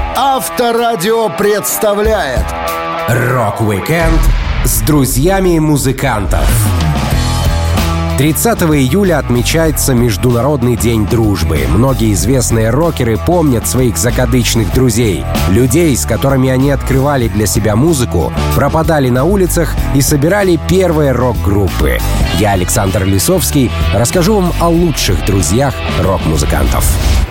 Авторадио представляет Рок-викенд с друзьями музыкантов. 30 июля отмечается Международный день дружбы. Многие известные рокеры помнят своих закадычных друзей. Людей, с которыми они открывали для себя музыку, пропадали на улицах и собирали первые рок-группы. Я, Александр Лисовский, расскажу вам о лучших друзьях рок-музыкантов.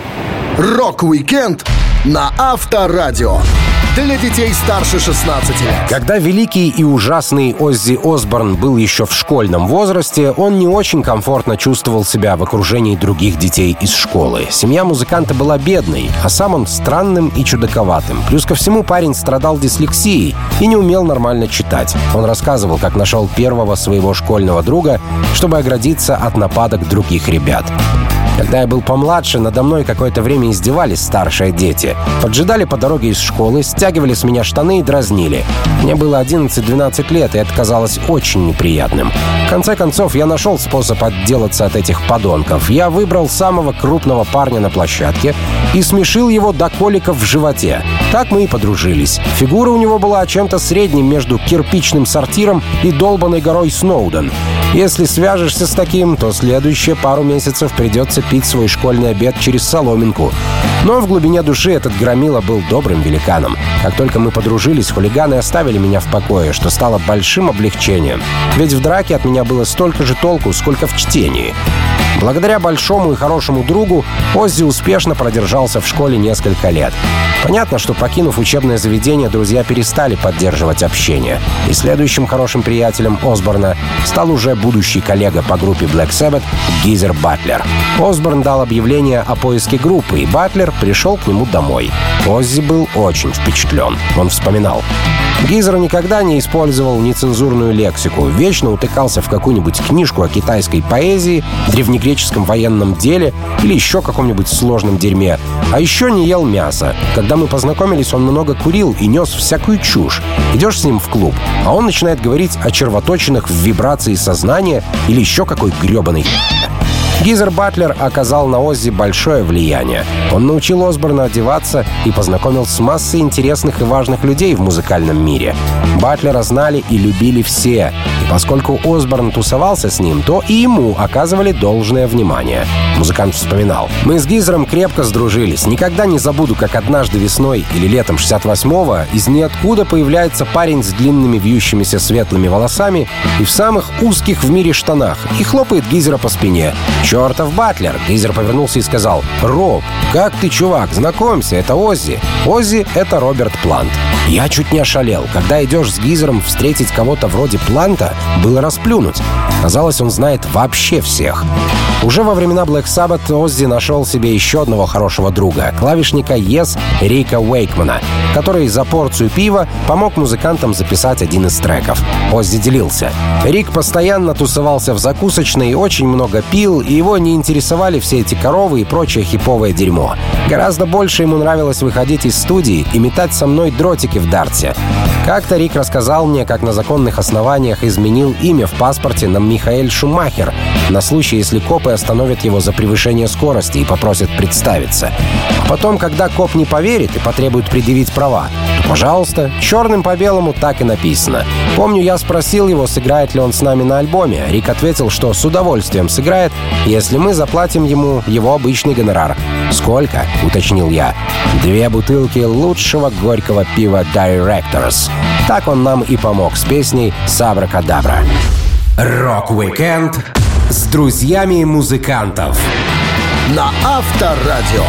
Рок-викенд на Авторадио. Для детей старше 16 лет. Когда великий и ужасный Оззи Осборн был еще в школьном возрасте, он не очень комфортно чувствовал себя в окружении других детей из школы. Семья музыканта была бедной, а сам он странным и чудаковатым. Плюс ко всему парень страдал дислексией и не умел нормально читать. Он рассказывал, как нашел первого своего школьного друга, чтобы оградиться от нападок других ребят. Когда я был помладше, надо мной какое-то время издевались старшие дети. Поджидали по дороге из школы, стягивали с меня штаны и дразнили. Мне было 11-12 лет, и это казалось очень неприятным. В конце концов, я нашел способ отделаться от этих подонков. Я выбрал самого крупного парня на площадке и смешил его до коликов в животе. Так мы и подружились. Фигура у него была чем-то средним между кирпичным сортиром и долбанной горой Сноуден. Если свяжешься с таким, то следующие пару месяцев придется пить свой школьный обед через соломинку. Но в глубине души этот громила был добрым великаном. Как только мы подружились, хулиганы оставили меня в покое, что стало большим облегчением. Ведь в драке от меня было столько же толку, сколько в чтении. Благодаря большому и хорошему другу Оззи успешно продержался в школе несколько лет. Понятно, что, покинув учебное заведение, друзья перестали поддерживать общение. И следующим хорошим приятелем Осборна стал уже будущий коллега по группе Black Sabbath Гизер Батлер. Осборн дал объявление о поиске группы, и Батлер пришел к нему домой. Оззи был очень впечатлен. Он вспоминал: Гизер никогда не использовал нецензурную лексику, вечно утыкался в какую-нибудь книжку о китайской поэзии, древнегреческом военном деле или еще каком-нибудь сложном дерьме. А еще не ел мясо. Когда мы познакомились, он много курил и нес всякую чушь. Идешь с ним в клуб, а он начинает говорить о червоточинах в вибрации сознания или еще какой гребаной. Гизер Батлер оказал на Оззи большое влияние. Он научил Осборна одеваться и познакомил с массой интересных и важных людей в музыкальном мире. Батлера знали и любили все. И поскольку Осборн тусовался с ним, то и ему оказывали должное внимание. Музыкант вспоминал: «Мы с Гизером крепко сдружились. Никогда не забуду, как однажды весной или летом 68-го из ниоткуда появляется парень с длинными вьющимися светлыми волосами и в самых узких в мире штанах и хлопает Гизера по спине. «Чертов Батлер!» Гизер повернулся и сказал: «Роб, как ты, чувак? Знакомься, это Оззи. Оззи — это Роберт Плант». Я чуть не ошалел. Когда идешь с Гизером, встретить кого-то вроде Планта было расплюнуть. Казалось, он знает вообще всех. Уже во времена Black Sabbath Оззи нашел себе еще одного хорошего друга, клавишника Yes Рика Уэйкмана, который за порцию пива помог музыкантам записать один из треков. Оззи делился: Рик постоянно тусовался в закусочной, очень много пил, и его не интересовали все эти коровы и прочее хиповое дерьмо. Гораздо больше ему нравилось выходить из студии и метать со мной дротики в дартсе. Как-то Рик рассказал мне, как на законных основаниях изменил имя в паспорте на Михаэль Шумахер, на случай, если копы остановят его за превышение скорости и попросят представиться. А потом, когда коп не поверит и потребует предъявить права, то, пожалуйста, черным по белому так и написано. Помню, я спросил его, сыграет ли он с нами на альбоме. Рик ответил, что с удовольствием сыграет, если мы заплатим ему его обычный гонорар. «Сколько?» — уточнил я. 2 бутылки лучшего горького пива Directors. Так он нам и помог с песней «Сабракадабра». Рок-викенд с друзьями музыкантов На Авторадио.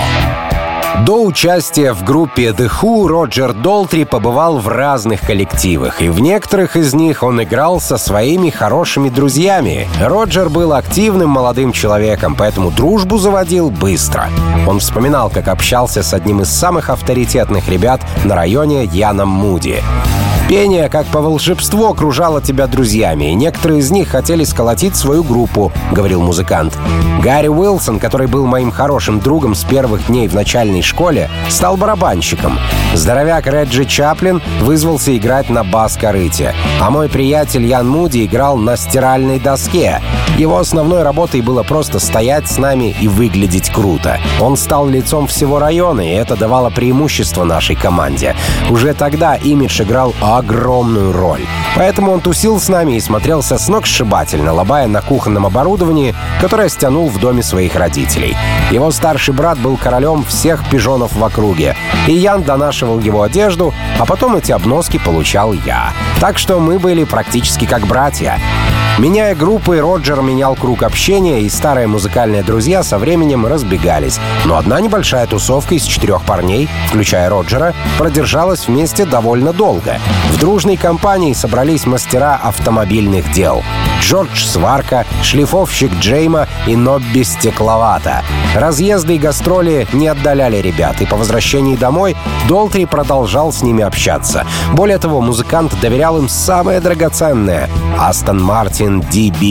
До участия в группе The Who Роджер Долтри побывал в разных коллективах, и в некоторых из них он играл со своими хорошими друзьями. Роджер был активным молодым человеком, поэтому дружбу заводил быстро. Он вспоминал, как общался с одним из самых авторитетных ребят на районе Яном Муди. Пение, как по волшебству, окружало тебя друзьями, и некоторые из них хотели сколотить свою группу, говорил музыкант. Гарри Уилсон, который был моим хорошим другом с первых дней в начальной школе, стал барабанщиком. Здоровяк Реджи Чаплин вызвался играть на бас-корыте, а мой приятель Ян Муди играл на стиральной доске. Его основной работой было просто стоять с нами и выглядеть круто. Он стал лицом всего района, и это давало преимущество нашей команде. Уже тогда имидж играл огромную роль. Поэтому он тусил с нами и смотрелся сногсшибательно, лобая на кухонном оборудовании, которое стянул в доме своих родителей. Его старший брат был королем всех пижонов в округе, и Ян донашивал его одежду, а потом эти обноски получал я. Так что мы были практически как братья. Меняя группы, Роджер менял круг общения, и старые музыкальные друзья со временем разбегались. Но одна небольшая тусовка из 4 парней, включая Роджера, продержалась вместе довольно долго. В дружной компании собрались мастера автомобильных дел. Джордж Сварка, шлифовщик Джейма и Нобби Стекловата. Разъезды и гастроли не отдаляли ребят, и по возвращении домой Долтри продолжал с ними общаться. Более того, музыкант доверял им самое драгоценное — Aston Martin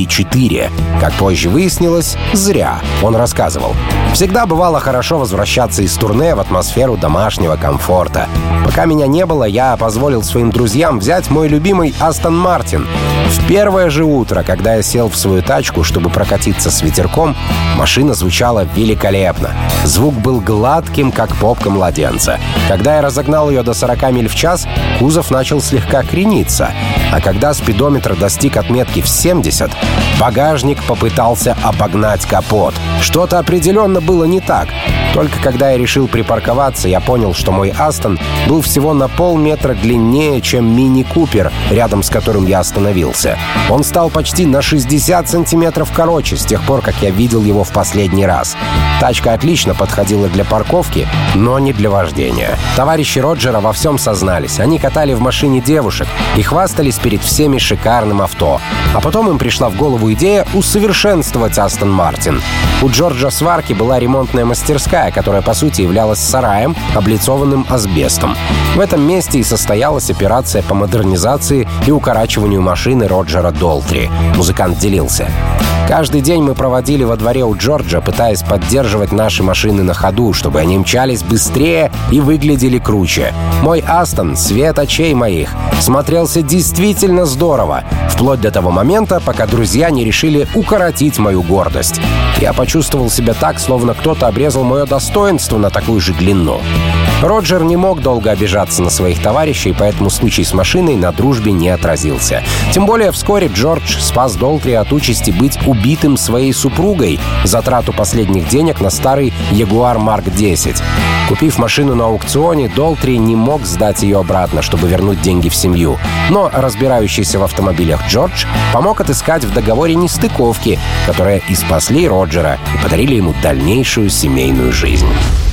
DB4. Как позже выяснилось, зря. Он рассказывал: «Всегда бывало хорошо возвращаться из турне в атмосферу домашнего комфорта. Пока меня не было, я позволил своим друзьям взять мой любимый Aston Martin. В первое же утро, когда я сел в свою тачку, чтобы прокатиться с ветерком, машина звучала великолепно. Звук был гладким, как попка младенца. Когда я разогнал ее до 40 миль в час, кузов начал слегка крениться. А когда спидометр достиг отметки в 70, багажник попытался обогнать капот. Что-то определенно было не так. Только когда я решил припарковаться, я понял, что мой Астон был всего на полметра длиннее, чем мини-купер, рядом с которым я остановился. Он стал почти на 60 сантиметров короче с тех пор, как я видел его в последний раз. Тачка отлично подходила для парковки, но не для вождения. Товарищи Роджера во всем сознались. Они катали в машине девушек и хвастались перед всеми шикарным авто. А потом им пришла в голову идея усовершенствовать Астон Мартин. У Джорджа Сварки была ремонтная мастерская, которая, по сути, являлась сараем, облицованным асбестом. В этом месте и состоялась операция по модернизации и укорачиванию машины Роджера Долтри. Музыкант делился: «Каждый день мы проводили во дворе у Джорджа, пытаясь поддерживать наши машины на ходу, чтобы они мчались быстрее и выглядели круче. Мой Астон, свет очей моих, смотрелся действительно здорово, вплоть до того момента, пока друзья не решили укоротить мою гордость. Я почувствовал себя так, словно кто-то обрезал мое достоинство на такую же длину». Роджер не мог долго обижаться на своих товарищей, поэтому случай с машиной на дружбе не отразился. Тем более вскоре Джордж спас Долтри от участи быть убитым своей супругой за трату последних денег на старый Ягуар Марк 10. Купив машину на аукционе, Долтри не мог сдать ее обратно, чтобы вернуть деньги в семью. Но разбирающийся в автомобилях Джордж помог отыскать в договоре нестыковки, которые и спасли Роджера и подарили ему дальнейшую семейную жизнь.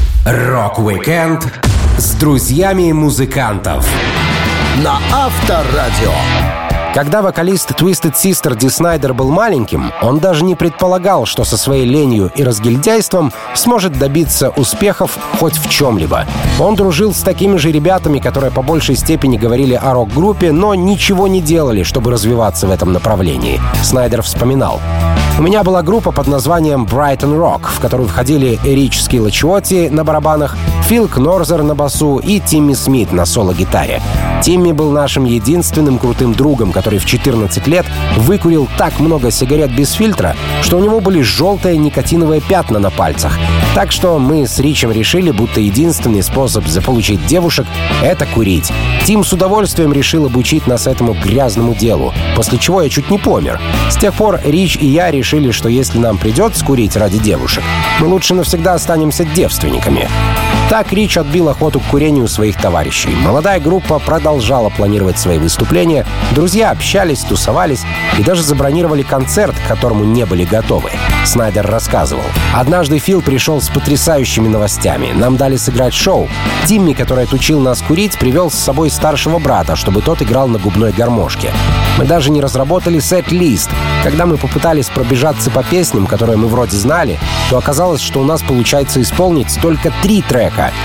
Рок-уикенд с друзьями музыкантов на Авторадио. Когда вокалист Twisted Sister Ди Снайдер был маленьким, он даже не предполагал, что со своей ленью и разгильдяйством сможет добиться успехов хоть в чем-либо. Он дружил с такими же ребятами, которые по большей степени говорили о рок-группе, но ничего не делали, чтобы развиваться в этом направлении. Снайдер вспоминал: «У меня была группа под названием Brighton Rock, в которую входили Рич Скиллачиотти на барабанах, Фил Кнорзер на басу и Тимми Смит на соло-гитаре. Тимми был нашим единственным крутым другом, который в 14 лет выкурил так много сигарет без фильтра, что у него были желтые никотиновые пятна на пальцах. Так что мы с Ричем решили, будто единственный способ заполучить девушек — это курить. Тим с удовольствием решил обучить нас этому грязному делу, после чего я чуть не помер. С тех пор Рич и я решили, что если нам придется курить ради девушек, мы лучше навсегда останемся девственниками». Так Рич отбил охоту к курению своих товарищей. Молодая группа продолжала планировать свои выступления, друзья общались, тусовались и даже забронировали концерт, к которому не были готовы. Снайдер рассказывал: «Однажды Фил пришел с потрясающими новостями. Нам дали сыграть шоу. Тимми, который отучил нас курить, привел с собой старшего брата, чтобы тот играл на губной гармошке. Мы даже не разработали сет-лист. Когда мы попытались пробежаться по песням, которые мы вроде знали, то оказалось, что у нас получается исполнить только 3 трека.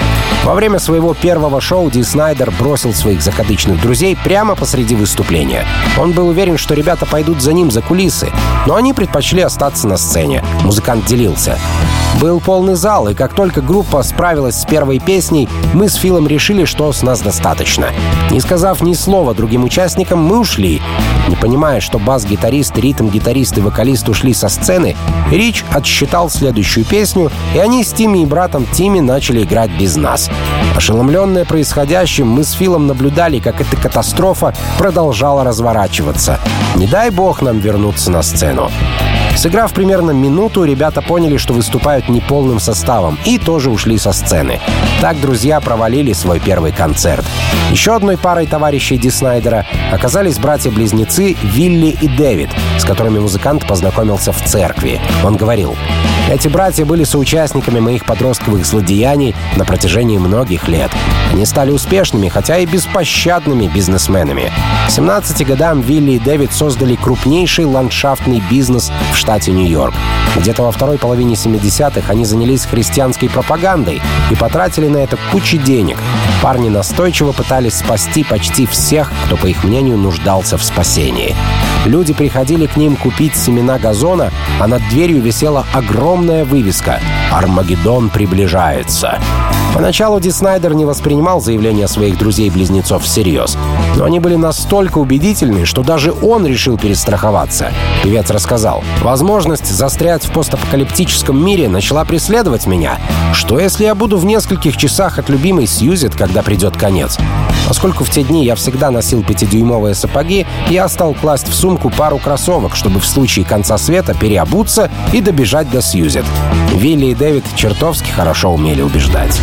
Во время своего первого шоу Ди Снайдер бросил своих закадычных друзей прямо посреди выступления. Он был уверен, что ребята пойдут за ним за кулисы, но они предпочли остаться на сцене. Музыкант делился. Был полный зал, и как только группа справилась с первой песней, мы с Филом решили, что с нас достаточно. Не сказав ни слова другим участникам, мы ушли. Не понимая, что бас-гитарист, ритм-гитарист и вокалист ушли со сцены, Рич отсчитал следующую песню, и они с Тимми и братом Тимми начали играть без нас. Ошеломленные происходящим, мы с Филом наблюдали, как эта катастрофа продолжала разворачиваться. Не дай бог нам вернуться на сцену. Сыграв примерно минуту, ребята поняли, что выступают неполным составом, и тоже ушли со сцены. Так друзья провалили свой первый концерт. Еще одной парой товарищей Ди Снайдера оказались братья-близнецы Вилли и Дэвид, с которыми музыкант познакомился в церкви. Он говорил: «Эти братья были соучастниками моих подростковых злодеяний на протяжении многих лет. Они стали успешными, хотя и беспощадными бизнесменами. К 17 годам Вилли и Дэвид создали крупнейший ландшафтный бизнес в штате Нью-Йорк. Где-то во второй половине 70-х они занялись христианской пропагандой и потратили на это кучу денег. Парни настойчиво пытались спасти почти всех, кто, по их мнению, нуждался в спасении. Люди приходили к ним купить семена газона, а над дверью висела огромная вывеска «Армагеддон приближается». Поначалу Ди Снайдер не воспринимал заявления своих друзей-близнецов всерьез, но они были настолько убедительны, что даже он решил перестраховаться. Певец рассказал: «Возможность застрять в постапокалиптическом мире начала преследовать меня. Что если я буду в нескольких часах от любимой Сьюзет, когда придет конец? Поскольку в те дни я всегда носил 5-дюймовые сапоги, я стал класть в сумку пару кроссовок, чтобы в случае конца света переобуться и добежать до Сьюзет». Вилли и Дэвид чертовски хорошо умели убеждать.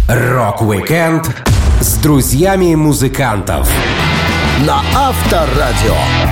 Рок-уикенд с друзьями музыкантов на Авторадио.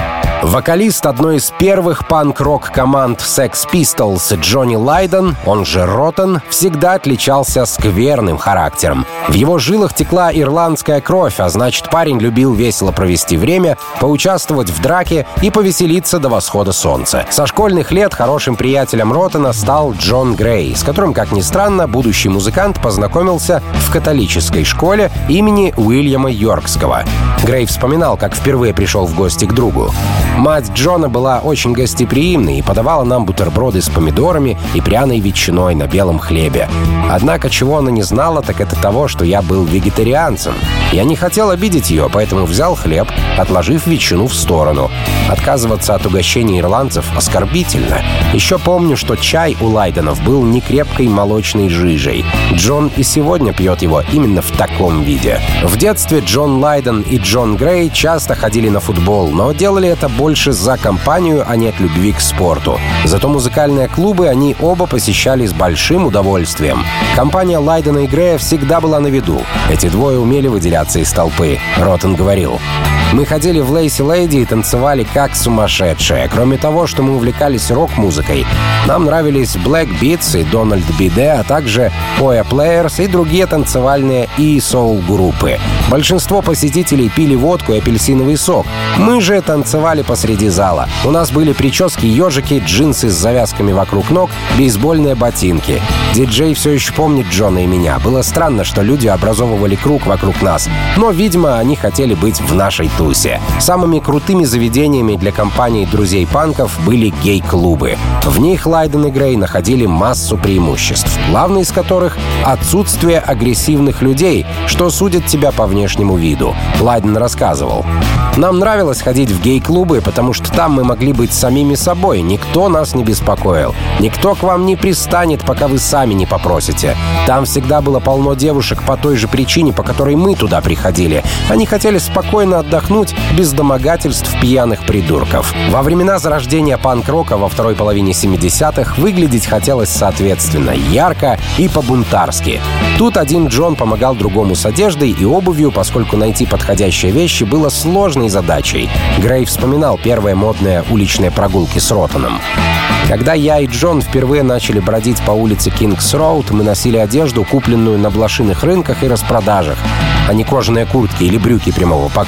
Вокалист одной из первых панк-рок команд Sex Pistols Джонни Лайден, он же Роттен, всегда отличался скверным характером. В его жилах текла ирландская кровь, а значит, парень любил весело провести время, поучаствовать в драке и повеселиться до восхода солнца. Со школьных лет хорошим приятелем Роттена стал Джон Грей, с которым, как ни странно, будущий музыкант познакомился в католической школе имени Уильяма Йоркского. Грей вспоминал, как впервые пришел в гости к другу. Мать Джона была очень гостеприимной и подавала нам бутерброды с помидорами и пряной ветчиной на белом хлебе. Однако, чего она не знала, так это того, что я был вегетарианцем. Я не хотел обидеть ее, поэтому взял хлеб, отложив ветчину в сторону. Отказываться от угощения ирландцев оскорбительно. Еще помню, что чай у Лайденов был не крепкой молочной жижей. Джон и сегодня пьет его именно в таком виде. В детстве Джон Лайден и Джон Грей часто ходили на футбол, но делали это больше за компанию, а не от любви к спорту. Зато музыкальные клубы они оба посещали с большим удовольствием. Компания Лайдена и Грея всегда была на виду. Эти двое умели выделяться из толпы. Роттен говорил: «Мы ходили в Лейси Лейди и танцевали как сумасшедшие. Кроме того, что мы увлекались рок-музыкой, нам нравились Black Beats и Donald B.D., а также Poya Players и другие танцевальные и соул-группы. Большинство посетителей пили водку и апельсиновый сок. Мы же танцевали посреди зала. У нас были прически-ежики, джинсы с завязками вокруг ног, бейсбольные ботинки. Диджей все еще помнит Джона и меня. Было странно, что люди образовывали круг вокруг нас, но, видимо, они хотели быть в нашей тусе. Самыми крутыми заведениями для компаний друзей панков были гей-клубы. В них Лайден и Грей находили массу преимуществ, главное из которых — отсутствие агрессивных людей, что судят тебя по внешнему виду. Лайден рассказывал: «Нам нравилось ходить в гей-клубы, потому что там мы могли быть самими собой, никто нас не беспокоил. Никто к вам не пристанет, пока вы сами не попросите. Там всегда было полно девушек по той же причине, по которой мы туда приходили. Они хотели спокойно отдохнуть без домогательств пьяных придурков». Во времена зарождения панк-рока во второй половине 70-х выглядеть хотелось соответственно ярко и по-бунтарски. Тут один Джон помогал другому с одеждой и обувью, поскольку найти подходящие вещи было сложной задачей. Грей вспоминал первые модные уличные прогулки с Роттеном. «Когда я и Джон впервые начали бродить по улице Кингс-Роуд, мы носили одежду, купленную на блошиных рынках и распродажах, а не кожаные куртки или брюки прямого покроя.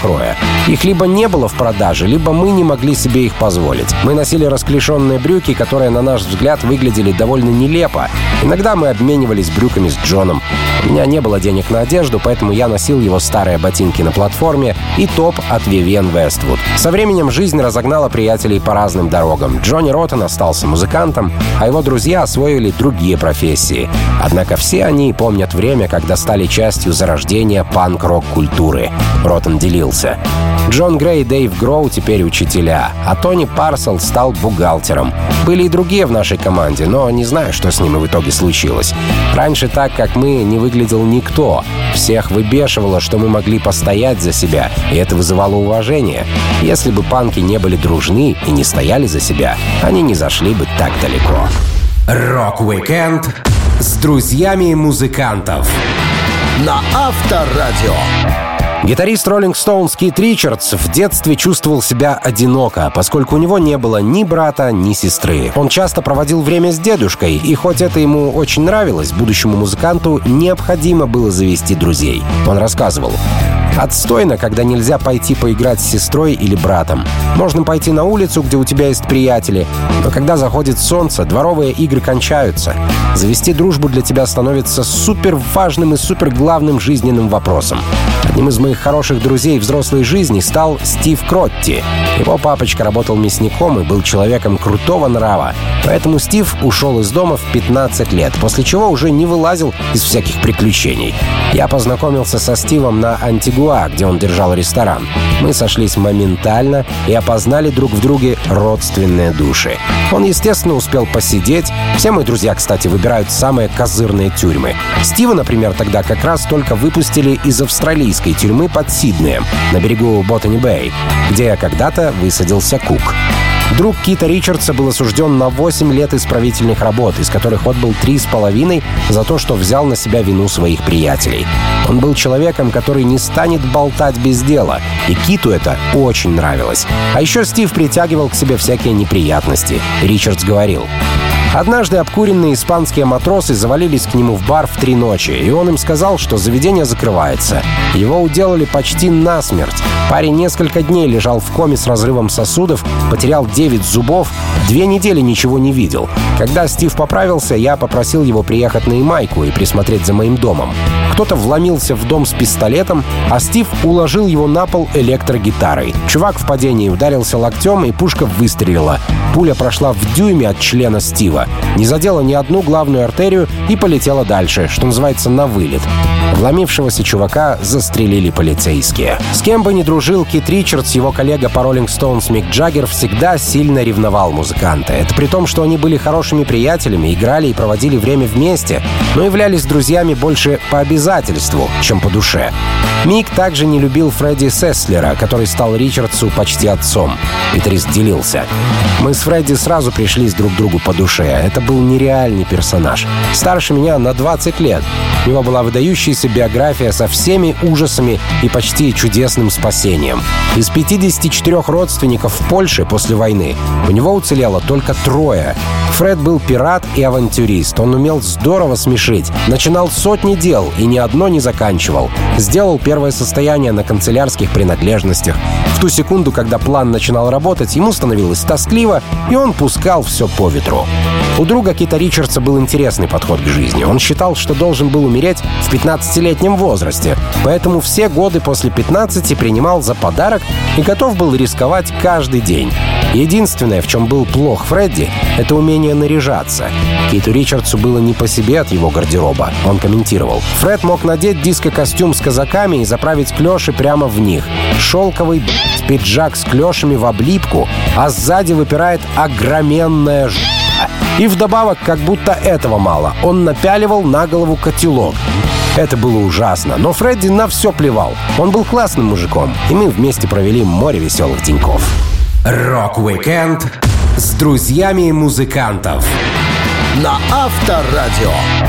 Их либо не было в продаже, либо мы не могли себе их позволить. Мы носили расклешенные брюки, которые, на наш взгляд, выглядели довольно нелепо. Иногда мы обменивались брюками с Джоном. У меня не было денег на одежду, поэтому я носил его старые ботинки на платформе и топ от Vivienne Westwood. Со временем жизнь разогнала приятелей по разным дорогам. Джонни Роттен остался музыкантом, а его друзья освоили другие профессии. Однако все они помнят время, когда стали частью зарождения панк-рок-культуры. Роттен делился. Джон Грей и Дэйв Гроу теперь учителя, а Тони Парсел стал бухгалтером. Были и другие в нашей команде, но не знаю, что с ними в итоге случилось. Раньше так, как мы, не выглядел никто. Всех выбешивало, что мы могли постоять за себя, и это вызывало уважение. Если бы панки не были дружны и не стояли за себя, они не зашли бы так далеко. Рок-викенд с друзьями музыкантов на Авторадио. Гитарист Rolling Stones Кит Ричардс в детстве чувствовал себя одиноко, поскольку у него не было ни брата, ни сестры. Он часто проводил время с дедушкой, и хоть это ему очень нравилось, будущему музыканту необходимо было завести друзей. Он рассказывал: «Отстойно, когда нельзя пойти поиграть с сестрой или братом. Можно пойти на улицу, где у тебя есть приятели, но когда заходит солнце, дворовые игры кончаются. Завести дружбу для тебя становится супер важным и супер главным жизненным вопросом». Одним из моих хороших друзей взрослой жизни стал Стив Кротти. Его папочка работал мясником и был человеком крутого нрава. Поэтому Стив ушел из дома в 15 лет, после чего уже не вылазил из всяких приключений. Я познакомился со Стивом на Антигуа, где он держал ресторан. Мы сошлись моментально и опознали друг в друге родственные души. Он, естественно, успел посидеть. Все мои друзья, кстати, выбирают самые козырные тюрьмы. Стива, например, тогда как раз только выпустили из австралийской тюрьмы под Сиднеем, на берегу Ботани-Бэй, где когда-то высадился Кук. Друг Кита Ричардса был осужден на 8 лет исправительных работ, из которых отбыл 3,5 за то, что взял на себя вину своих приятелей. Он был человеком, который не станет болтать без дела, и Киту это очень нравилось. А еще Стив притягивал к себе всякие неприятности. Ричардс говорил: «Однажды обкуренные испанские матросы завалились к нему в бар в 3 ночи, и он им сказал, что заведение закрывается. Его уделали почти насмерть. Парень несколько дней лежал в коме с разрывом сосудов, потерял 9 зубов, 2 недели ничего не видел. Когда Стив поправился, я попросил его приехать на Ямайку и присмотреть за моим домом. Кто-то вломился в дом с пистолетом, а Стив уложил его на пол электрогитарой. Чувак в падении ударился локтем, и пушка выстрелила. Пуля прошла в дюйме от члена Стива, не задела ни одну главную артерию и полетела дальше, что называется, на вылет. Вломившегося чувака застрелили полицейские». С кем бы ни дружил Кит Ричардс, его коллега по Rolling Stones Мик Джаггер всегда сильно ревновал музыканта. Это при том, что они были хорошими приятелями, играли и проводили время вместе, но являлись друзьями больше по обязательству, чем по душе. Мик также не любил Фредди Сеслера, который стал Ричардсу почти отцом. Гитарист делился: «Мы с Фредди сразу пришлись друг другу по душе. Это был нереальный персонаж. Старше меня на 20 лет. У него была выдающаяся биография со всеми ужасами и почти чудесным спасением. Из 54 родственников в Польше после войны у него уцелело только 3. Фред был пират и авантюрист. Он умел здорово смешить. Начинал сотни дел и ни одно не заканчивал. Сделал первое состояние на канцелярских принадлежностях. В ту секунду, когда план начинал работать, ему становилось тоскливо, и он пускал все по ветру». У друга Кита Ричардса был интересный подход к жизни. Он считал, что должен был умереть в 15-летнем возрасте, поэтому все годы после 15 принимал за подарок и готов был рисковать каждый день. Единственное, в чем был плох Фредди, это умение наряжаться. Киту Ричардсу было не по себе от его гардероба. Он комментировал: «Фред мог надеть диско-костюм с казаками и заправить клёши прямо в них. Шелковый пиджак с клёшами в облипку, а сзади выпирает огроменная И вдобавок, как будто этого мало, он напяливал на голову котелок. Это было ужасно, но Фредди на все плевал. Он был классным мужиком, и мы вместе провели море веселых деньков». Рок-викенд с друзьями музыкантов на Авторадио.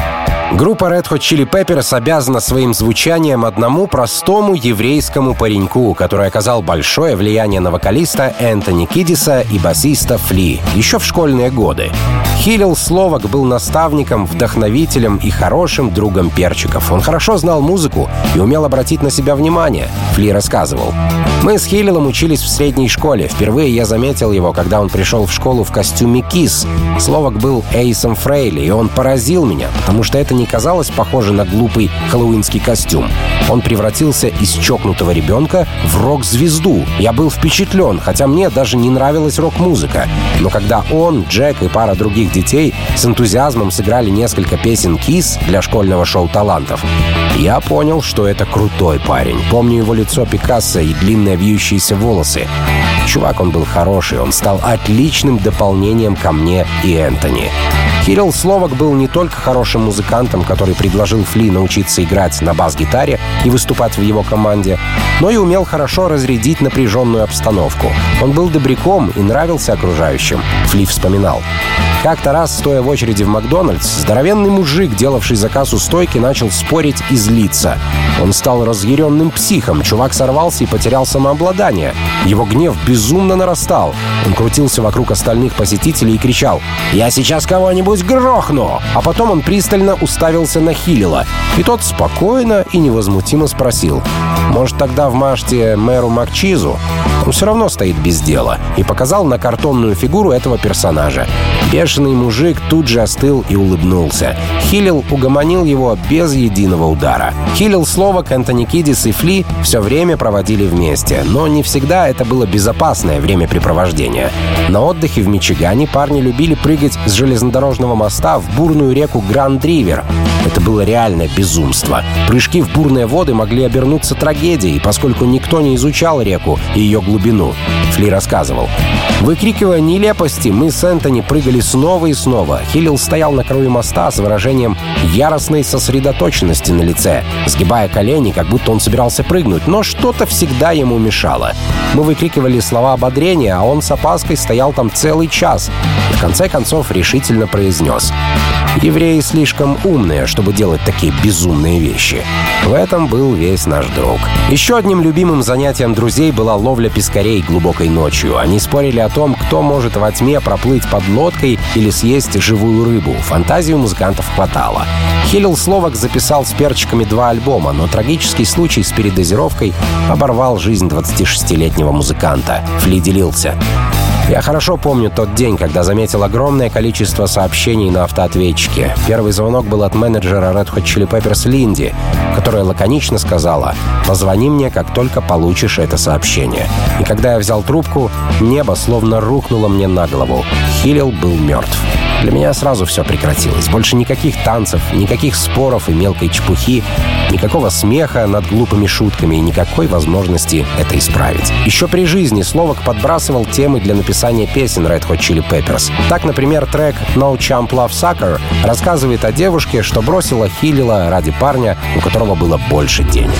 Группа Red Hot Chili Peppers обязана своим звучанием одному простому еврейскому пареньку, который оказал большое влияние на вокалиста Энтони Кидиса и басиста Фли еще в школьные годы. Хиллел Словак был наставником, вдохновителем и хорошим другом перчиков. Он хорошо знал музыку и умел обратить на себя внимание, Фли рассказывал. «Мы с Хиллелом учились в средней школе. Впервые я заметил его, когда он пришел в школу в костюме Кисс. Словак был Эйсом Фрейли, и он поразил меня, потому что это не казалось похоже на глупый хэллоуинский костюм. Он превратился из чокнутого ребенка в рок-звезду. Я был впечатлен, хотя мне даже не нравилась рок-музыка. Но когда он, Джек и пара других детей с энтузиазмом сыграли несколько песен Кисс для школьного шоу талантов, я понял, что это крутой парень. Помню его лицо Пикассо и длинные вьющиеся волосы. Чувак, он был хороший, он стал отличным дополнением ко мне и Энтони». Хиллел Словак был не только хорошим музыкантом, который предложил Фли научиться играть на бас-гитаре и выступать в его команде, но и умел хорошо разрядить напряженную обстановку. Он был добряком и нравился окружающим, Фли вспоминал. Как-то раз, стоя в очереди в Макдональдс, здоровенный мужик, делавший заказ у стойки, начал спорить и злиться. Он стал разъяренным психом, чувак сорвался и потерял самообладание. Его гнев безумно нарастал. Он крутился вокруг остальных посетителей и кричал: «Я сейчас кого-нибудь грохну!» А потом он пристально уставился на Хиллела, и тот спокойно и невозмутимо спросил: «Может, тогда вмажьте мэру Макчизу? Он все равно стоит без дела», и показал на картонную фигуру этого персонажа. Бешеный мужик тут же остыл и улыбнулся. Хиллел угомонил его без единого удара. Хиллел Словак, Энтони Кидис и Фли все время проводили вместе, но не всегда это было безопасное времяпрепровождение. На отдыхе в Мичигане парни любили прыгать с железнодорожного моста в бурную реку Гранд-Ривер. Это было реальное безумство. Прыжки в бурные воды могли обернуться трагедией, поскольку никто не изучал реку и ее глубину. Фли рассказывал: «Выкрикивая нелепости, мы с Энтони прыгали снова и снова. Хиллел стоял на краю моста с выражением яростной сосредоточенности на лице, сгибая колени, как будто он собирался прыгнуть, но что-то всегда ему мешало. Мы выкрикивали слова ободрения, а он с опаской стоял там целый час и в конце концов решительно произнес: «Евреи слишком умные, чтобы делать такие безумные вещи». В этом был весь наш друг. Еще одним любимым занятием друзей была ловля пескарей глубокой ночью. Они спорили о том, кто может во тьме проплыть под лодкой или съесть живую рыбу. Фантазии у музыкантов хватало. Хиллел Словак записал с перчиками 2 альбома, но трагический случай с передозировкой оборвал жизнь 26-летнего музыканта. Фли делился: «Я хорошо помню тот день, когда заметил огромное количество сообщений на автоответчике. Первый звонок был от менеджера Red Hot Chili Peppers Линди, которая лаконично сказала: «Позвони мне, как только получишь это сообщение». И когда я взял трубку, небо словно рухнуло мне на голову. Хиллел был мертв. Для меня сразу все прекратилось. Больше никаких танцев, никаких споров и мелкой чепухи, никакого смеха над глупыми шутками и никакой возможности это исправить». Еще при жизни Словак подбрасывал темы для написания песен Red Hot Chili Peppers. Так, например, трек «No Chump Love Sucker» рассказывает о девушке, что бросила Хиллела ради парня, у которого было больше денег.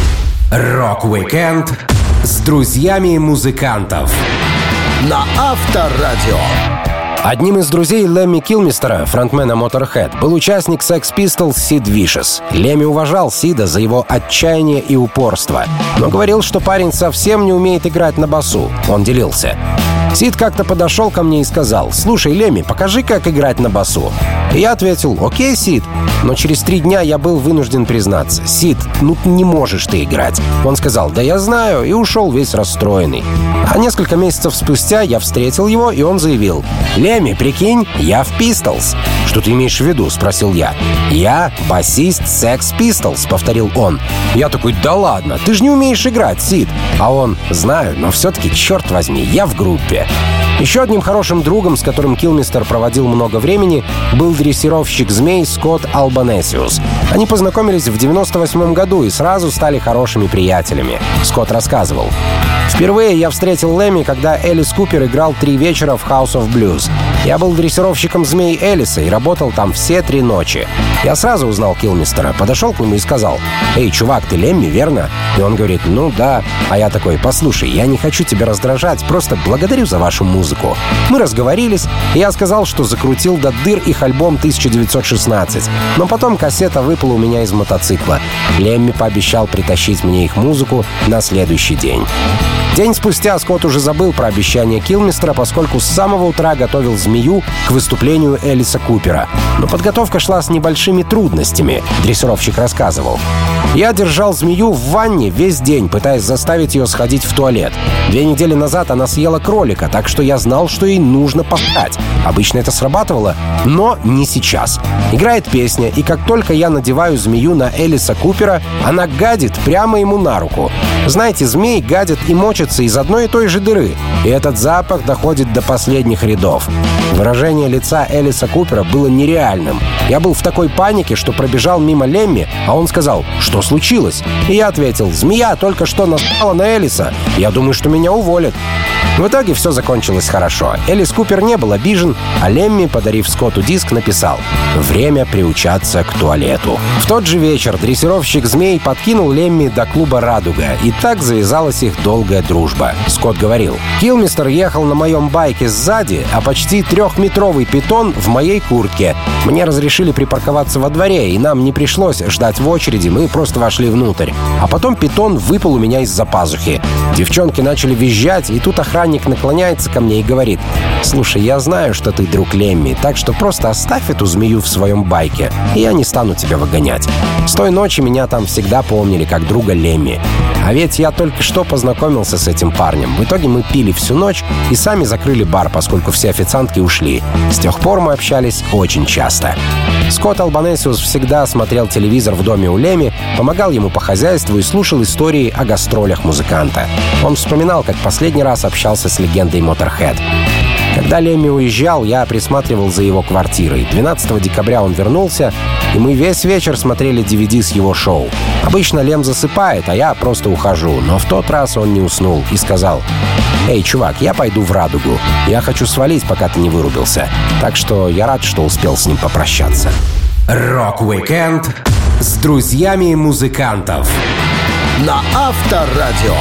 Рок-викенд с друзьями музыкантов на Авторадио. Одним из друзей Лемми Килмистера, фронтмена Motorhead, был участник Sex Pistols Сид Вишес. Лемми уважал Сида за его отчаяние и упорство, но говорил, что парень совсем не умеет играть на басу. Он делился: «Сид как-то подошел ко мне и сказал: „Слушай, Лемми, покажи, как играть на басу“. И я ответил: „Окей, Сид“. Но через 3 дня я был вынужден признаться: „Сид, ну не можешь ты играть“. Он сказал: „Да я знаю“, и ушел весь расстроенный. А несколько месяцев спустя я встретил его, и он заявил: „Лемми, прикинь, я в Pistols“. «Что ты имеешь в виду?» — спросил я. «Я басист Sex Pistols», — повторил он. Я такой: «Да ладно, ты же не умеешь играть, Сид». А он: «Знаю, но все-таки, черт возьми, я в группе». Еще одним хорошим другом, с которым Килмистер проводил много времени, был дрессировщик змей Скотт Албанесиус. Они познакомились в 98 году и сразу стали хорошими приятелями. Скотт рассказывал: «Впервые я встретил Лемми, когда Элис Купер играл 3 вечера в House of Blues. Я был дрессировщиком змей Элиса и работал там все 3 ночи. Я сразу узнал Килмистера, подошел к нему и сказал: „Эй, чувак, ты Лемми, верно?“ И он говорит: „Ну да“. А я такой: „Послушай, я не хочу тебя раздражать, просто благодарю за вашу музыку. музыку. Мы разговорились, и я сказал, что закрутил до дыр их альбом 1916. Но потом кассета выпала у меня из мотоцикла. Лемми пообещал притащить мне их музыку на следующий день. День спустя Скотт уже забыл про обещание Килмистера, поскольку с самого утра готовил «Змею» к выступлению Элиса Купера. Но подготовка шла с небольшими трудностями, дрессировщик рассказывал. «Я держал «Змею» в ванне весь день, пытаясь заставить ее сходить в туалет. 2 недели назад она съела кролика, так что я знал, что ей нужно поспать. Обычно это срабатывало, но не сейчас. Играет песня, и как только я надеваю «Змею» на Элиса Купера, она гадит прямо ему на руку. Знаете, змей гадит и мочится из одной и той же дыры, и этот запах доходит до последних рядов. Выражение лица Элиса Купера было нереальным. Я был в такой панике, что пробежал мимо Лемми, а он сказал: «Что случилось?» И я ответил: «Змея только что настала на Элиса. Я думаю, что меня уволят». В итоге все закончилось хорошо. Элис Купер не был обижен, а Лемми, подарив Скотту диск, написал: «Время приучаться к туалету». В тот же вечер дрессировщик «Змей» подкинул Лемми до клуба «Радуга», и так завязалась их долгая дружба. Скотт говорил: «Килмистер ехал на моем байке сзади, а почти 3-метровый питон в моей куртке. Мне разрешили припарковаться во дворе, и нам не пришлось ждать в очереди, мы просто вошли внутрь. А потом питон выпал у меня из-за пазухи. Девчонки начали визжать, и тут охранник наклоняется ко мне и говорит: «Слушай, я знаю, что ты друг Лемми, так что просто оставь эту змею в своем байке, и я не стану тебя выгонять». С той ночи меня там всегда помнили как друга Лемми. А ведь я только что познакомился с этим парнем. В итоге мы пили всю ночь и сами закрыли бар, поскольку все официантки ушли. С тех пор мы общались очень часто. Скотт Албанесиус всегда смотрел телевизор в доме у Лемми, помогал ему по хозяйству и слушал истории о гастролях музыканта. Он вспоминал, как последний раз общался с легендой Motorhead. Когда Лемми уезжал, я присматривал за его квартирой. 12 декабря он вернулся, и мы весь вечер смотрели DVD с его шоу. Обычно Лем засыпает, а я просто ухожу, но в тот раз он не уснул и сказал: «Эй, чувак, я пойду в «Радугу». Я хочу свалить, пока ты не вырубился. Так что я рад, что успел с ним попрощаться». Рок-викенд с друзьями музыкантов На Авторадио.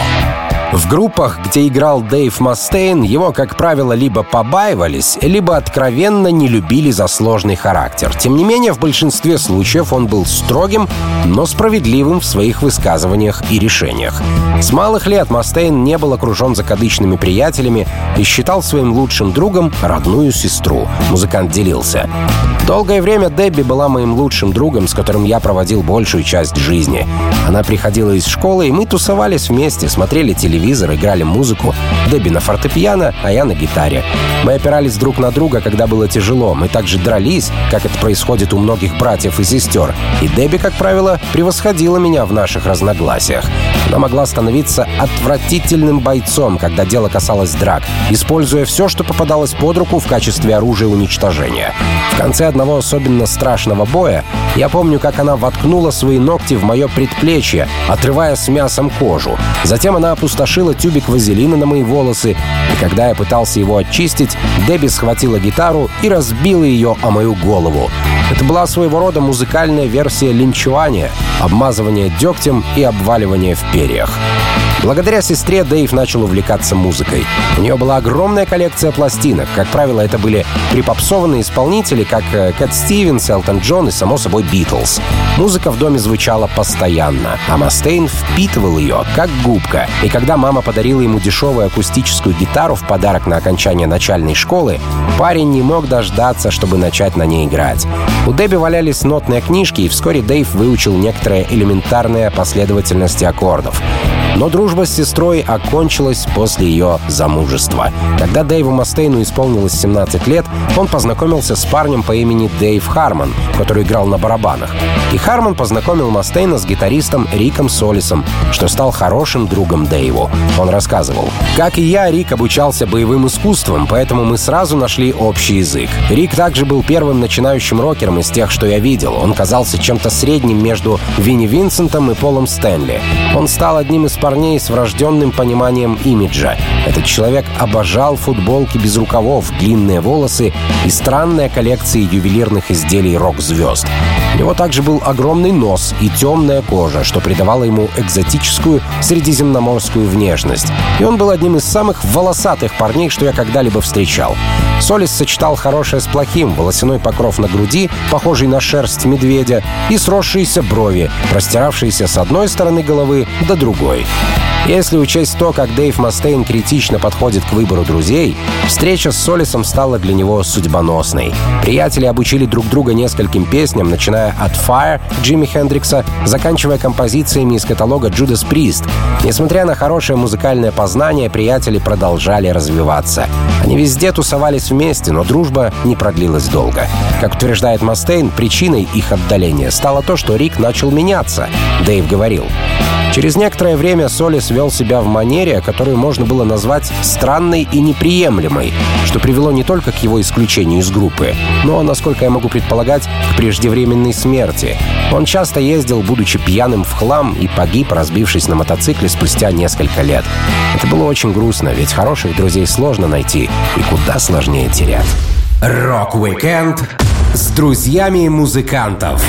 В группах, где играл Дэйв Мастейн, его, как правило, либо побаивались, либо откровенно не любили за сложный характер. Тем не менее, в большинстве случаев он был строгим, но справедливым в своих высказываниях и решениях. С малых лет Мастейн не был окружен закадычными приятелями и считал своим лучшим другом родную сестру. Музыкант делился: «Долгое время Дебби была моим лучшим другом, с которым я проводил большую часть жизни. Она приходила из школы, и мы тусовались вместе, смотрели телевизор, играли музыку. Дебби на фортепиано, а я на гитаре. Мы опирались друг на друга, когда было тяжело. Мы также дрались, как это происходит у многих братьев и сестер. И Дебби, как правило, превосходила меня в наших разногласиях. Она могла становиться отвратительным бойцом, когда дело касалось драк, используя все, что попадалось под руку в качестве оружия уничтожения. В конце одного особенно страшного боя я помню, как она воткнула свои ногти в мое предплечье, отрывая с мясом кожу. Затем она опустошила тюбик вазелина на мои волосы, и когда я пытался его очистить, Дебби схватила гитару и разбила ее о мою голову. Это была своего рода музыкальная версия линчевания, обмазывания дегтем и обваливания в перьях. Благодаря сестре Дэйв начал увлекаться музыкой. У нее была огромная коллекция пластинок. Как правило, это были припопсованные исполнители, как Кэт Стивенс, Элтон Джон и, само собой, Битлз. Музыка в доме звучала постоянно, а Мастейн впитывал ее, как губка. И когда мама подарила ему дешевую акустическую гитару в подарок на окончание начальной школы, парень не мог дождаться, чтобы начать на ней играть. У Дебби валялись нотные книжки, и вскоре Дэйв выучил некоторые элементарные последовательности аккордов. Но дружба с сестрой окончилась после ее замужества. Когда Дэйву Мастейну исполнилось 17 лет, он познакомился с парнем по имени Дэйв Хармон, который играл на барабанах. И Хармон познакомил Мастейна с гитаристом Риком Солисом, что стал хорошим другом Дэйву. Он рассказывал: «Как и я, Рик обучался боевым искусствам, поэтому мы сразу нашли общий язык. Рик также был первым начинающим рокером из тех, что я видел. Он казался чем-то средним между Винни Винсентом и Полом Стэнли. Он стал одним из парней с врожденным пониманием имиджа. Этот человек обожал футболки без рукавов, длинные волосы и странные коллекции ювелирных изделий рок-звезд. У него также был огромный нос и темная кожа, что придавало ему экзотическую средиземноморскую внешность. И он был одним из самых волосатых парней, что я когда-либо встречал. Солис сочетал хорошее с плохим: волосяной покров на груди, похожий на шерсть медведя, и сросшиеся брови, простиравшиеся с одной стороны головы до другой. Если учесть то, как Дэйв Мастейн критично подходит к выбору друзей, встреча с Солисом стала для него судьбоносной. Приятели обучили друг друга нескольким песням, начиная от «Fire» Джимми Хендрикса, заканчивая композициями из каталога Judas Priest. Несмотря на хорошее музыкальное познание, приятели продолжали развиваться. Они везде тусовались вместе, но дружба не продлилась долго. Как утверждает Мастейн, причиной их отдаления стало то, что Рик начал меняться. Дэйв говорил: «Через некоторое время Солис вел себя в манере, которую можно было назвать странной и неприемлемой, что привело не только к его исключению из группы, но, насколько я могу предполагать, к преждевременной смерти. Он часто ездил, будучи пьяным в хлам, и погиб, разбившись на мотоцикле спустя несколько лет. Это было очень грустно, ведь хороших друзей сложно найти и куда сложнее терять». Рок-викенд с друзьями музыкантов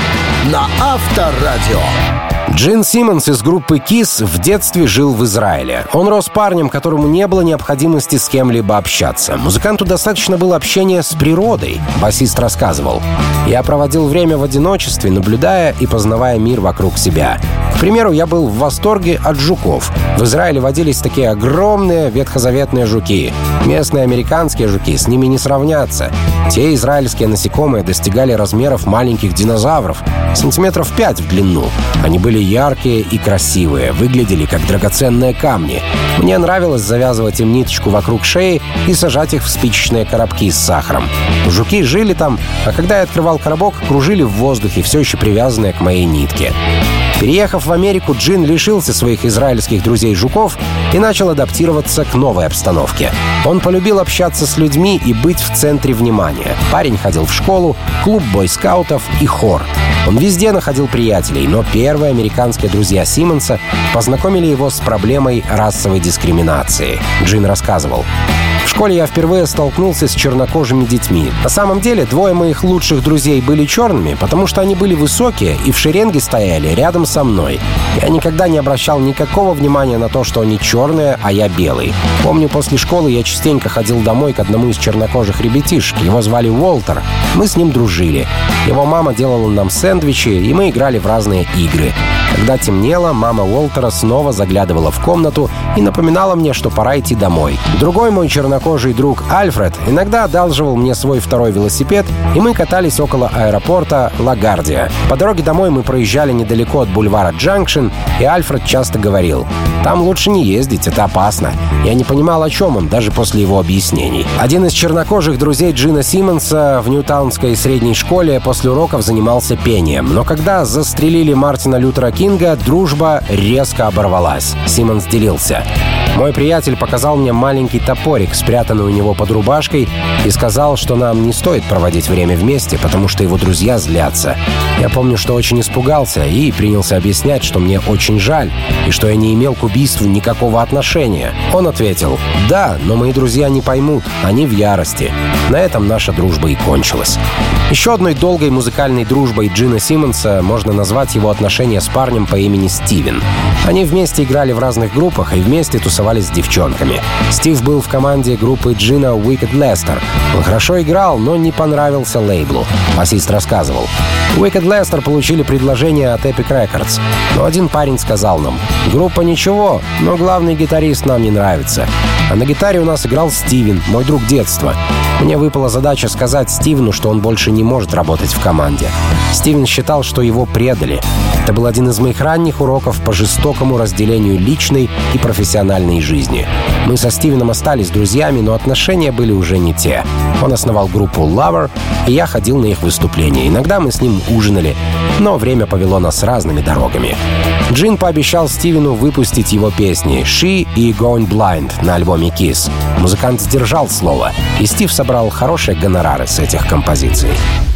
на Авторадио. Джин Симмонс из группы Kiss в детстве жил в Израиле. Он рос парнем, которому не было необходимости с кем-либо общаться. Музыканту достаточно было общения с природой. Басист рассказывал: «Я проводил время в одиночестве, наблюдая и познавая мир вокруг себя. К примеру, я был в восторге от жуков. В Израиле водились такие огромные ветхозаветные жуки. Местные американские жуки с ними не сравнятся. Те израильские насекомые достигали размеров маленьких динозавров, сантиметров 5 в длину. Они были яркие и красивые, выглядели как драгоценные камни. Мне нравилось завязывать им ниточку вокруг шеи и сажать их в спичечные коробки с сахаром. Жуки жили там, а когда я открывал коробок, кружили в воздухе, все еще привязанные к моей нитке». Переехав в Америку, Джин лишился своих израильских друзей-жуков и начал адаптироваться к новой обстановке. Он полюбил общаться с людьми и быть в центре внимания. Парень ходил в школу, клуб бойскаутов и хор. Он везде находил приятелей, но первые американские друзья Симмонса познакомили его с проблемой расовой дискриминации. Джин рассказывал: «В школе я впервые столкнулся с чернокожими детьми. На самом деле, двое моих лучших друзей были черными, потому что они были высокие и в шеренге стояли рядом со мной. Я никогда не обращал никакого внимания на то, что они черные, а я белый. Помню, после школы я частенько ходил домой к одному из чернокожих ребятишек. Его звали Уолтер. Мы с ним дружили. Его мама делала нам сэндвичи, и мы играли в разные игры. Когда темнело, мама Уолтера снова заглядывала в комнату и напоминала мне, что пора идти домой. Другой мой чернокожий друг Альфред иногда одалживал мне свой второй велосипед, и мы катались около аэропорта Лагардия. По дороге домой мы проезжали недалеко от бульвара Джанкшн, и Альфред часто говорил: «Там лучше не ездить, это опасно». Я не понимал, о чем он, даже после его объяснений. Один из чернокожих друзей Джина Симмонса в Ньютаунской средней школе после уроков занимался пением. Но когда застрелили Мартина Лютера Кинга, дружба резко оборвалась. Симмонс делился: «Мой приятель показал мне маленький топорик, спрятанный у него под рубашкой, и сказал, что нам не стоит проводить время вместе, потому что его друзья злятся. Я помню, что очень испугался и принялся объяснять, что мне очень жаль, и что я не имел к убийству никакого отношения. Он ответил: «Да, но мои друзья не поймут, они в ярости». На этом наша дружба и кончилась». Еще одной долгой музыкальной дружбой Джина Симмонса можно назвать его отношения с парнем по имени Стивен. Они вместе играли в разных группах и вместе тусовались с девчонками. Стив был в команде группы Джина Wicked Lester. Он хорошо играл, но не понравился лейблу. Басист рассказывал: «Wicked Lester получили предложение от Epic Records, но один парень сказал нам: группа ничего, но главный гитарист нам не нравится. А на гитаре у нас играл Стивен, мой друг детства. Мне выпала задача сказать Стивену, что он больше не может работать в команде. Стивен считал, что его предали. Это был один из моих ранних уроков по жестокому разделению личной и профессиональной жизни. Мы со Стивеном остались друзьями, но отношения были уже не те. Он основал группу Lover, и я ходил на их выступления. Иногда мы с ним ужинали, но время повело нас разными дорогами». Джин пообещал Стивену выпустить его песни «She» и «Going Blind» на альбоме Kiss. Музыкант сдержал слово, и Стив собрал хорошие гонорары с этих композиций.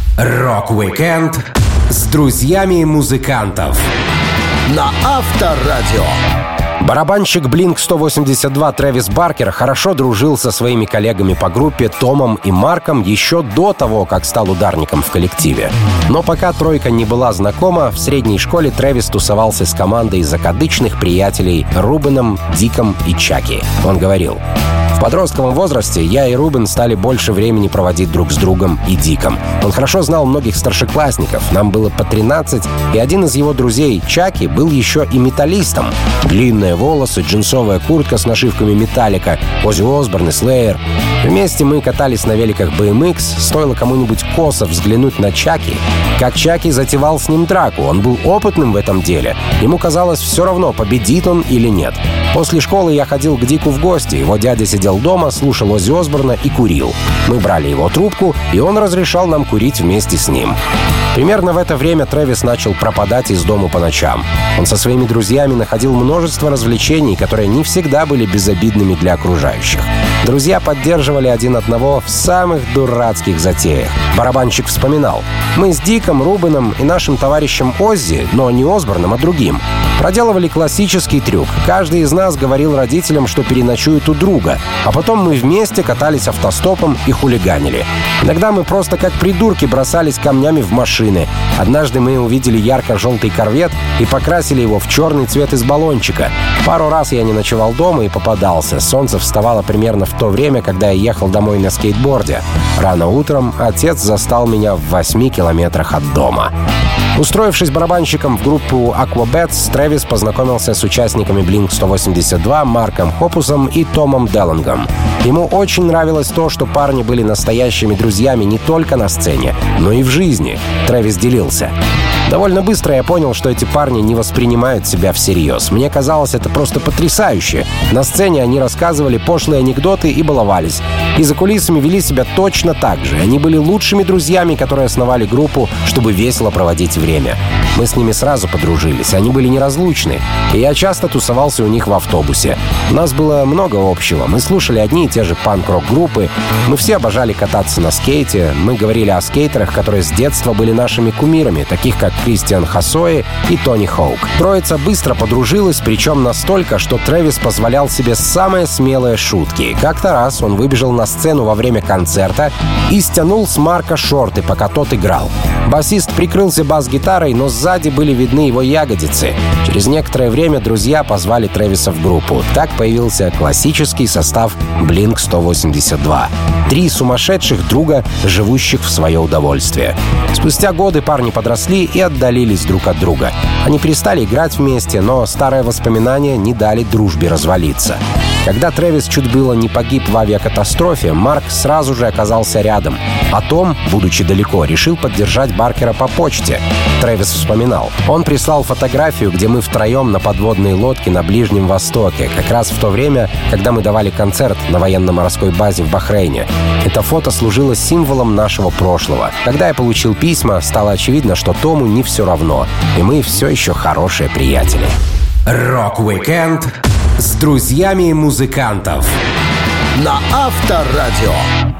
Рок-викенд с друзьями музыкантов на Авторадио. Барабанщик Blink-182 Трэвис Баркер хорошо дружил со своими коллегами по группе Томом и Марком еще до того, как стал ударником в коллективе. Но пока тройка не была знакома, в средней школе Трэвис тусовался с командой закадычных приятелей Рубеном, Диком и Чаки. Он говорил: «В подростковом возрасте я и Рубен стали больше времени проводить друг с другом и Диком. Он хорошо знал многих старшеклассников, нам было по 13, и один из его друзей, Чаки, был еще и металлистом. Длинные волосы, джинсовая куртка с нашивками Металлика, Оззи Осборн и Слеер. Вместе мы катались на великах BMX, стоило кому-нибудь косо взглянуть на Чаки. Как Чаки затевал с ним драку, он был опытным в этом деле. Ему казалось все равно, победит он или нет. После школы я ходил к Дику в гости, его дядя сидел дома, слушал Оззи Осборна и курил. Мы брали его трубку, и он разрешал нам курить вместе с ним». Примерно в это время Трэвис начал пропадать из дома по ночам. Он со своими друзьями находил множество развлечений, которые не всегда были безобидными для окружающих. Друзья поддерживали один одного в самых дурацких затеях. Барабанщик вспоминал: «Мы с Диком, Рубеном и нашим товарищем Оззи, но не Осборном, а другим, проделывали классический трюк. Каждый из нас говорил родителям, что переночует у друга, а потом мы вместе катались автостопом и хулиганили. Иногда мы просто как придурки бросались камнями в машины. Однажды мы увидели ярко-желтый корвет и покрасили его в черный цвет из баллончика. Пару раз я не ночевал дома и попадался. Солнце вставало примерно в то время, когда я ехал домой на скейтборде. Рано утром отец застал меня в 8 километрах от дома». Устроившись барабанщиком в группу Aquabats, Трэвис познакомился с участниками Blink-182 Марком Хопусом и Томом Деллингом. Ему очень нравилось то, что парни были настоящими друзьями не только на сцене, но и в жизни. Трэвис делился: «Довольно быстро я понял, что эти парни не воспринимают себя всерьез. Мне казалось, это просто потрясающе. На сцене они рассказывали пошлые анекдоты и баловались. И за кулисами вели себя точно так же. Они были лучшими друзьями, которые основали группу, чтобы весело проводить время. Мы с ними сразу подружились, они были неразлучны. И я часто тусовался у них в автобусе. У нас было много общего. Мы слушали одни и те же панк-рок-группы. Мы все обожали кататься на скейте. Мы говорили о скейтерах, которые с детства были нашими кумирами, таких как Кристиан Хосои и Тони Хоук. Троица быстро подружилась, причем настолько, что Трэвис позволял себе самые смелые шутки. Как-то раз он выбежал на сцену во время концерта и стянул с Марка шорты, пока тот играл. Басист прикрылся бас-гитарой, но сзади были видны его ягодицы. Через некоторое время друзья позвали Трэвиса в группу. Так появился классический состав Blink-182. 3 сумасшедших друга, живущих в свое удовольствие. Спустя годы парни подросли и отдалились друг от друга. Они перестали играть вместе, но старые воспоминания не дали дружбе развалиться. Когда Трэвис чуть было не погиб в авиакатастрофе, Марк сразу же оказался рядом. А Том, будучи далеко, решил поддержать Баркера по почте. Трэвис вспоминал: «Он прислал фотографию, где мы втроем на подводной лодке на Ближнем Востоке, как раз в то время, когда мы давали концерт на военно-морской базе в Бахрейне. Это фото служило символом нашего прошлого. Когда я получил письма, стало очевидно, что Тому не все равно, и мы все еще хорошие приятели». Рок-викенд с друзьями музыкантов на Авторадио.